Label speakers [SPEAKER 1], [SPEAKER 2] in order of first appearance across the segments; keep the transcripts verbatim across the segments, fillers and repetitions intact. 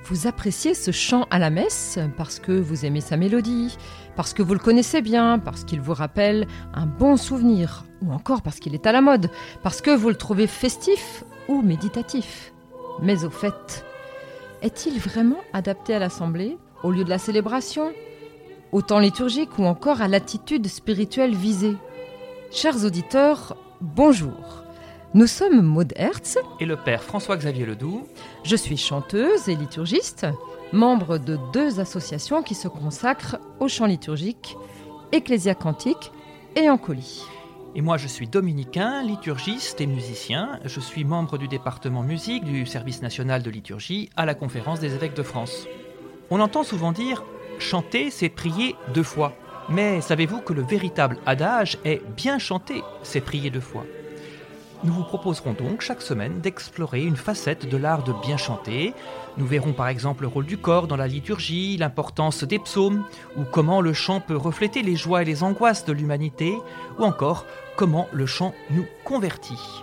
[SPEAKER 1] Vous appréciez ce chant à la messe parce que vous aimez sa mélodie, parce que vous le connaissez bien, parce qu'il vous rappelle un bon souvenir, ou encore parce qu'il est à la mode, parce que vous le trouvez festif ou méditatif. Mais au fait, est-il vraiment adapté à l'assemblée, au lieu de la célébration, au temps liturgique ou encore à l'attitude spirituelle visée ? Chers auditeurs, bonjour. Nous sommes Maud Hertz
[SPEAKER 2] et le père François-Xavier Ledoux.
[SPEAKER 1] Je suis chanteuse et liturgiste, membre de deux associations qui se consacrent au chant liturgique, Ecclésia Cantique et Ancoli.
[SPEAKER 2] Et moi je suis dominicain, liturgiste et musicien. Je suis membre du département musique du service national de liturgie à la Conférence des évêques de France. On entend souvent dire « chanter, c'est prier deux fois ». Mais savez-vous que le véritable adage est « bien chanter, c'est prier deux fois ». Nous vous proposerons donc chaque semaine d'explorer une facette de l'art de bien chanter. Nous verrons par exemple le rôle du corps dans la liturgie, l'importance des psaumes, ou comment le chant peut refléter les joies et les angoisses de l'humanité, ou encore comment le chant nous convertit.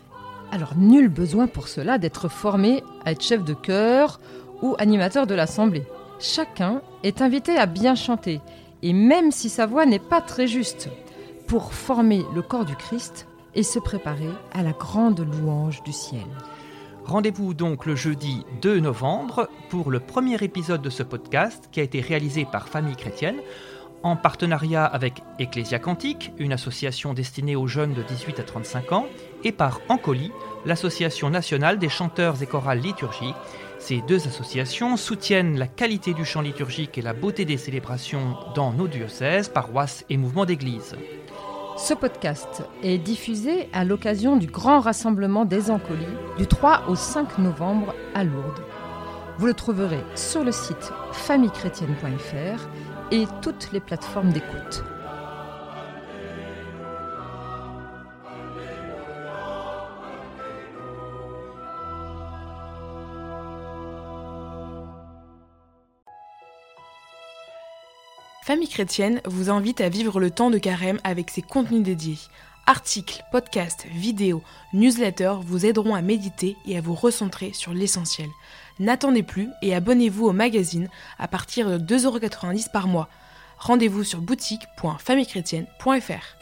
[SPEAKER 1] Alors nul besoin pour cela d'être formé à être chef de chœur ou animateur de l'assemblée. Chacun est invité à bien chanter, et même si sa voix n'est pas très juste, pour former le corps du Christ et se préparer à la grande louange du ciel.
[SPEAKER 2] Rendez-vous donc le jeudi deux novembre pour le premier épisode de ce podcast qui a été réalisé par Famille Chrétienne en partenariat avec Ecclésia Cantique, une association destinée aux jeunes de dix-huit à trente-cinq ans, et par Ancoli, l'association nationale des chanteurs et chorales liturgiques. Ces deux associations soutiennent la qualité du chant liturgique et la beauté des célébrations dans nos diocèses, paroisses et mouvements d'église.
[SPEAKER 1] Ce podcast est diffusé à l'occasion du grand rassemblement des Ancolis du trois au cinq novembre à Lourdes. Vous le trouverez sur le site famille chrétienne point f r et toutes les plateformes d'écoute.
[SPEAKER 3] Famille Chrétienne vous invite à vivre le temps de carême avec ses contenus dédiés. Articles, podcasts, vidéos, newsletters vous aideront à méditer et à vous recentrer sur l'essentiel. N'attendez plus et abonnez-vous au magazine à partir de deux euros quatre-vingt-dix par mois. Rendez-vous sur boutique point famille chrétienne point f r.